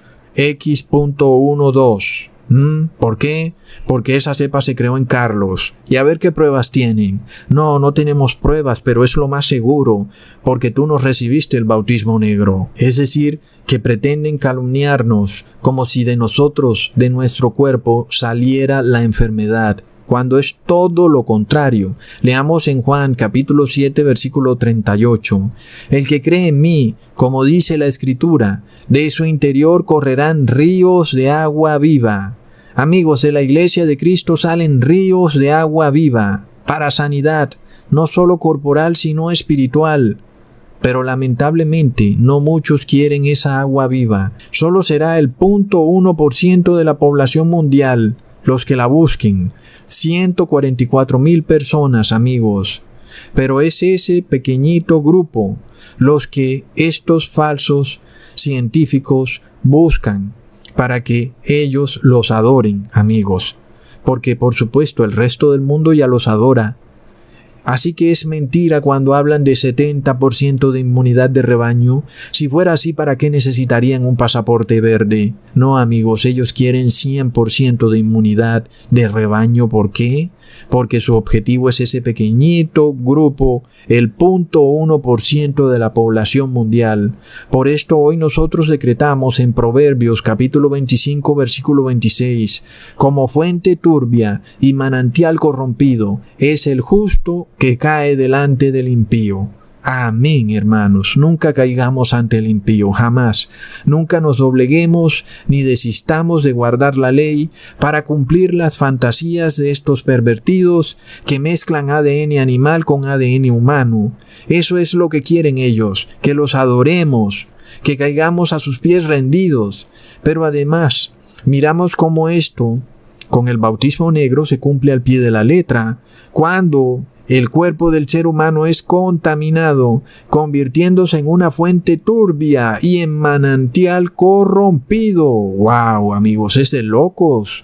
X.12. ¿Por qué? Porque esa cepa se creó en Carlos. Y a ver qué pruebas tienen. No tenemos pruebas, pero es lo más seguro, porque tú no recibiste el bautismo negro. Es decir, que pretenden calumniarnos como si de nosotros, de nuestro cuerpo, saliera la enfermedad, cuando es todo lo contrario. Leamos en Juan capítulo 7 versículo 38. El que cree en mí, como dice la Escritura, de su interior correrán ríos de agua viva. Amigos, de la iglesia de Cristo salen ríos de agua viva para sanidad, no solo corporal sino espiritual. Pero lamentablemente no muchos quieren esa agua viva. Solo será el 0.1% de la población mundial los que la busquen. 144,000 personas, amigos. Pero es ese pequeñito grupo los que estos falsos científicos buscan para que ellos los adoren, amigos. Porque por supuesto el resto del mundo ya los adora. Así que es mentira cuando hablan de 70% de inmunidad de rebaño. Si fuera así, ¿para qué necesitarían un pasaporte verde? No, amigos, ellos quieren 100% de inmunidad de rebaño. ¿Por qué? Porque su objetivo es ese pequeñito grupo, el 0.1% de la población mundial. Por esto hoy nosotros decretamos en Proverbios capítulo 25 versículo 26, como fuente turbia y manantial corrompido es el justo que cae delante del impío. Amén, hermanos. Nunca caigamos ante el impío, jamás. Nunca nos dobleguemos ni desistamos de guardar la ley para cumplir las fantasías de estos pervertidos que mezclan ADN animal con ADN humano. Eso es lo que quieren ellos, que los adoremos, que caigamos a sus pies rendidos. Pero además, miramos cómo esto, con el bautismo negro, se cumple al pie de la letra, cuando el cuerpo del ser humano es contaminado, convirtiéndose en una fuente turbia y en manantial corrompido. ¡Wow, amigos! Es de locos.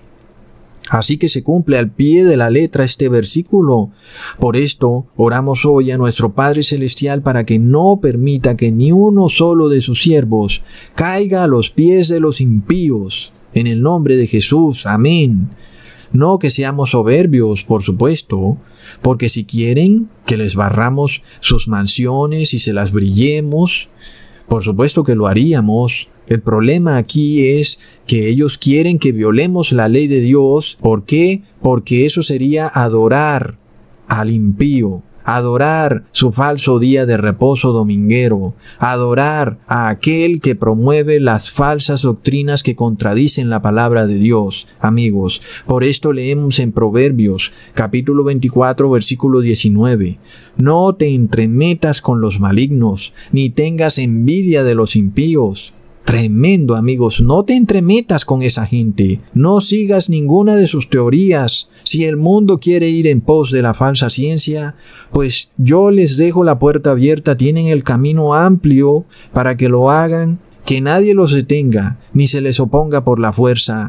Así que se cumple al pie de la letra este versículo. Por esto, oramos hoy a nuestro Padre Celestial para que no permita que ni uno solo de sus siervos caiga a los pies de los impíos. En el nombre de Jesús. Amén. No que seamos soberbios, por supuesto, porque si quieren que les barramos sus mansiones y se las brillemos, por supuesto que lo haríamos. El problema aquí es que ellos quieren que violemos la ley de Dios. ¿Por qué? Porque eso sería adorar al impío, adorar su falso día de reposo dominguero, adorar a aquel que promueve las falsas doctrinas que contradicen la palabra de Dios. Amigos, por esto leemos en Proverbios, capítulo 24, versículo 19. No te entremetas con los malignos, ni tengas envidia de los impíos. Tremendo, amigos, no te entremetas con esa gente, no sigas ninguna de sus teorías. Si el mundo quiere ir en pos de la falsa ciencia, pues yo les dejo la puerta abierta, tienen el camino amplio para que lo hagan, que nadie los detenga, ni se les oponga por la fuerza,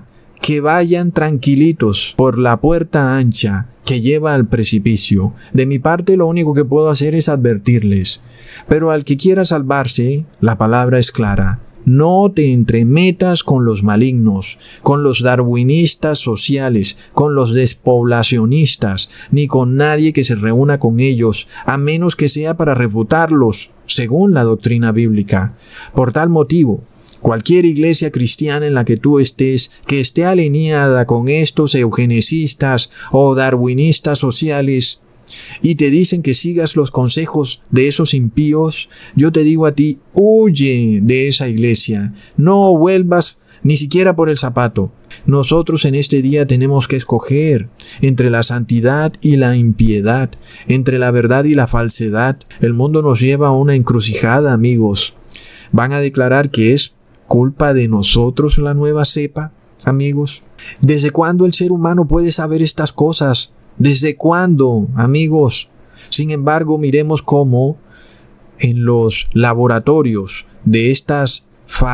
que vayan tranquilitos por la puerta ancha que lleva al precipicio. De mi parte, lo único que puedo hacer es advertirles. Pero al que quiera salvarse, la palabra es clara. No te entremetas con los malignos, con los darwinistas sociales, con los despoblacionistas, ni con nadie que se reúna con ellos, a menos que sea para refutarlos, según la doctrina bíblica. Por tal motivo, cualquier iglesia cristiana en la que tú estés, que esté alineada con estos eugenesistas o darwinistas sociales, y te dicen que sigas los consejos de esos impíos, yo te digo a ti, huye de esa iglesia. No vuelvas ni siquiera por el zapato. Nosotros en este día tenemos que escoger entre la santidad y la impiedad, entre la verdad y la falsedad. El mundo nos lleva a una encrucijada, amigos. ¿Van a declarar que es culpa de nosotros la nueva cepa, amigos? ¿Desde cuándo el ser humano puede saber estas cosas? ¿Desde cuándo, amigos? Sin embargo, miremos cómo en los laboratorios de estas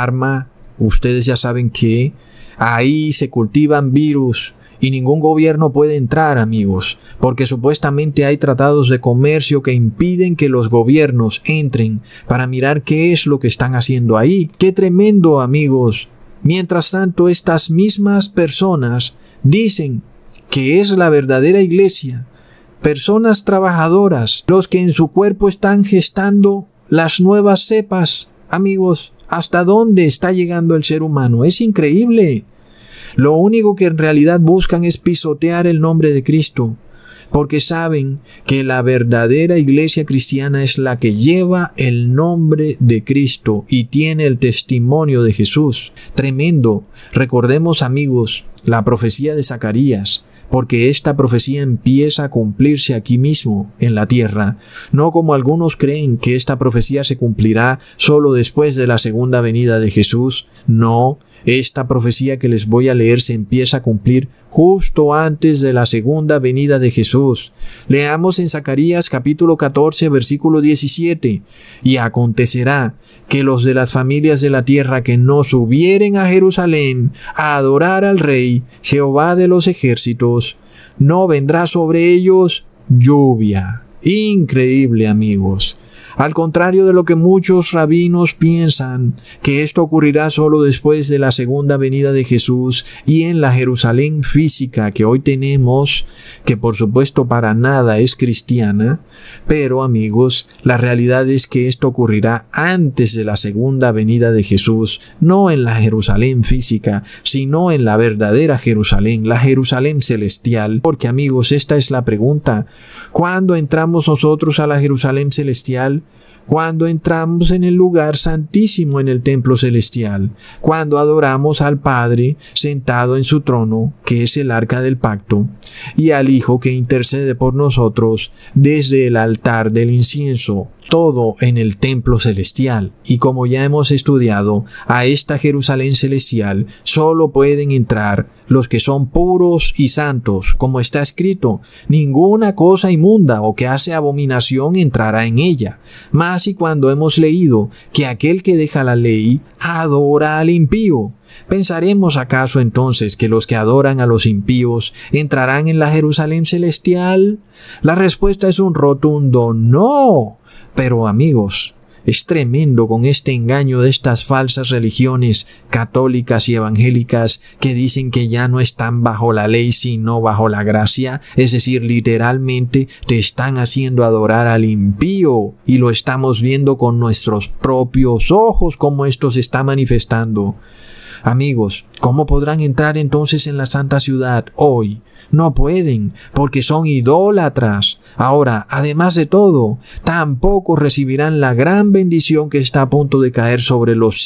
ustedes ya saben que ahí se cultivan virus y ningún gobierno puede entrar, amigos, porque supuestamente hay tratados de comercio que impiden que los gobiernos entren para mirar qué es lo que están haciendo ahí. ¡Qué tremendo, amigos! Mientras tanto, estas mismas personas dicen que es la verdadera iglesia, personas trabajadoras, los que en su cuerpo están gestando las nuevas cepas. Amigos, ¿hasta dónde está llegando el ser humano? Es increíble. Lo único que en realidad buscan es pisotear el nombre de Cristo, porque saben que la verdadera iglesia cristiana es la que lleva el nombre de Cristo y tiene el testimonio de Jesús. Tremendo. Recordemos, amigos, la profecía de Zacarías, porque esta profecía empieza a cumplirse aquí mismo, en la tierra. No como algunos creen que esta profecía se cumplirá solo después de la segunda venida de Jesús. No, esta profecía que les voy a leer se empieza a cumplir justo antes de la segunda venida de Jesús. Leamos en Zacarías capítulo 14, versículo 17. Y acontecerá que los de las familias de la tierra que no subieren a Jerusalén a adorar al Rey, Jehová de los ejércitos, no vendrá sobre ellos lluvia. Increíble, amigos. Al contrario de lo que muchos rabinos piensan, que esto ocurrirá solo después de la segunda venida de Jesús y en la Jerusalén física que hoy tenemos, que por supuesto para nada es cristiana, pero amigos, la realidad es que esto ocurrirá antes de la segunda venida de Jesús, no en la Jerusalén física, sino en la verdadera Jerusalén, la Jerusalén celestial. Porque amigos, esta es la pregunta: ¿cuándo entramos nosotros a la Jerusalén celestial? Cuando entramos en el lugar santísimo en el templo celestial, cuando adoramos al Padre sentado en su trono, que es el arca del pacto, y al Hijo que intercede por nosotros desde el altar del incienso, todo en el templo celestial. Y como ya hemos estudiado, a esta Jerusalén celestial solo pueden entrar los que son puros y santos, como está escrito: ninguna cosa inmunda o que hace abominación entrará en ella. Mas y cuando hemos leído que aquel que deja la ley adora al impío, ¿pensaremos acaso entonces que los que adoran a los impíos entrarán en la Jerusalén celestial? La respuesta es un rotundo no. Pero amigos, es tremendo con este engaño de estas falsas religiones católicas y evangélicas que dicen que ya no están bajo la ley sino bajo la gracia. Es decir, literalmente te están haciendo adorar al impío, y lo estamos viendo con nuestros propios ojos cómo esto se está manifestando. Amigos, ¿cómo podrán entrar entonces en la santa ciudad hoy? No pueden, porque son idólatras. Ahora, además de todo, tampoco recibirán la gran bendición que está a punto de caer sobre los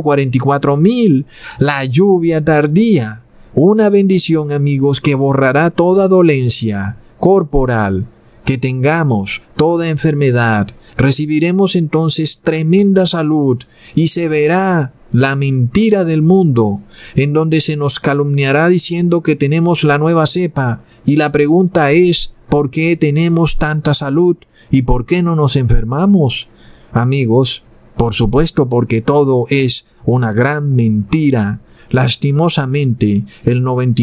144,000, la lluvia tardía. Una bendición, amigos, que borrará toda dolencia corporal que tengamos, toda enfermedad. Recibiremos entonces tremenda salud y se verá la mentira del mundo, en donde se nos calumniará diciendo que tenemos la nueva cepa. Y la pregunta es: ¿por qué tenemos tanta salud y por qué no nos enfermamos? Amigos, por supuesto porque todo es una gran mentira. Lastimosamente, el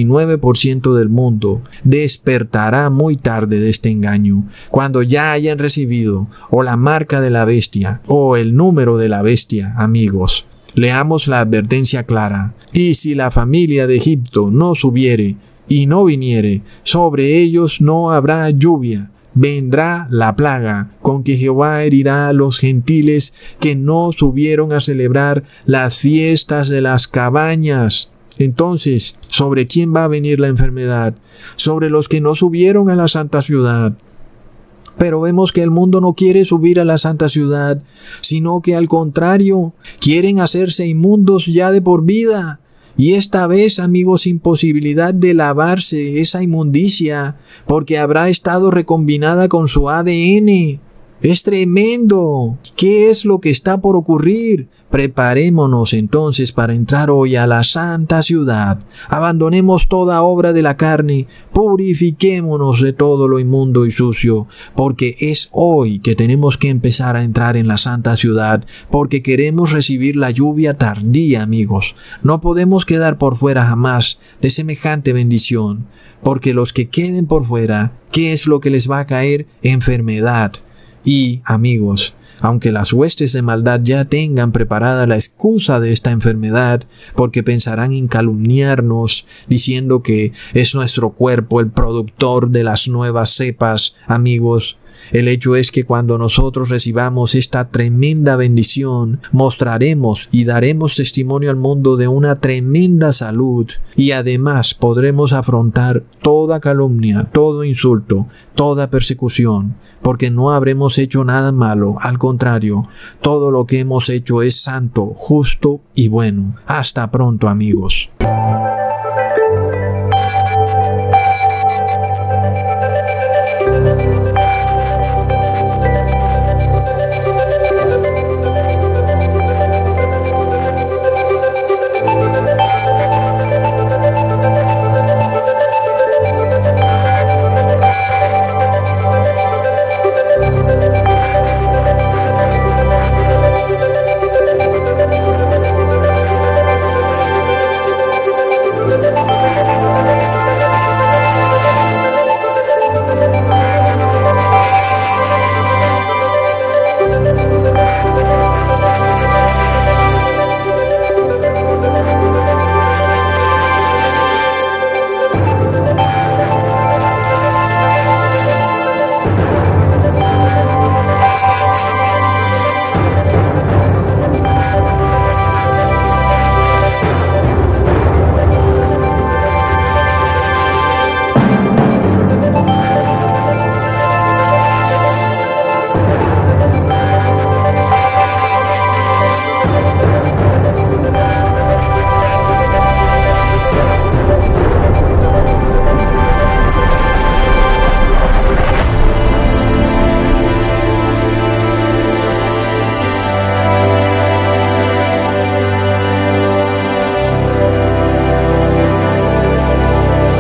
99% del mundo despertará muy tarde de este engaño, cuando ya hayan recibido o la marca de la bestia o el número de la bestia, amigos. Leamos la advertencia clara. Y si la familia de Egipto no subiere y no viniere, sobre ellos no habrá lluvia. Vendrá la plaga con que Jehová herirá a los gentiles que no subieron a celebrar las fiestas de las cabañas. Entonces, ¿sobre quién va a venir la enfermedad? Sobre los que no subieron a la santa ciudad. Pero vemos que el mundo no quiere subir a la santa ciudad, sino que al contrario, quieren hacerse inmundos ya de por vida. Y esta vez, amigos, sin posibilidad de lavarse esa inmundicia, porque habrá estado recombinada con su ADN. ¡Es tremendo! ¿Qué es lo que está por ocurrir? Preparémonos entonces para entrar hoy a la santa ciudad. Abandonemos toda obra de la carne, purifiquémonos de todo lo inmundo y sucio, porque es hoy que tenemos que empezar a entrar en la santa ciudad, porque queremos recibir la lluvia tardía, amigos. No podemos quedar por fuera jamás de semejante bendición, porque los que queden por fuera, ¿qué es lo que les va a caer? Enfermedad. Y, amigos, aunque las huestes de maldad ya tengan preparada la excusa de esta enfermedad, porque pensarán en calumniarnos, diciendo que es nuestro cuerpo el productor de las nuevas cepas, amigos, el hecho es que cuando nosotros recibamos esta tremenda bendición, mostraremos y daremos testimonio al mundo de una tremenda salud, y además podremos afrontar toda calumnia, todo insulto, toda persecución, porque no habremos hecho nada malo. Al contrario, todo lo que hemos hecho es santo, justo y bueno. Hasta pronto, amigos.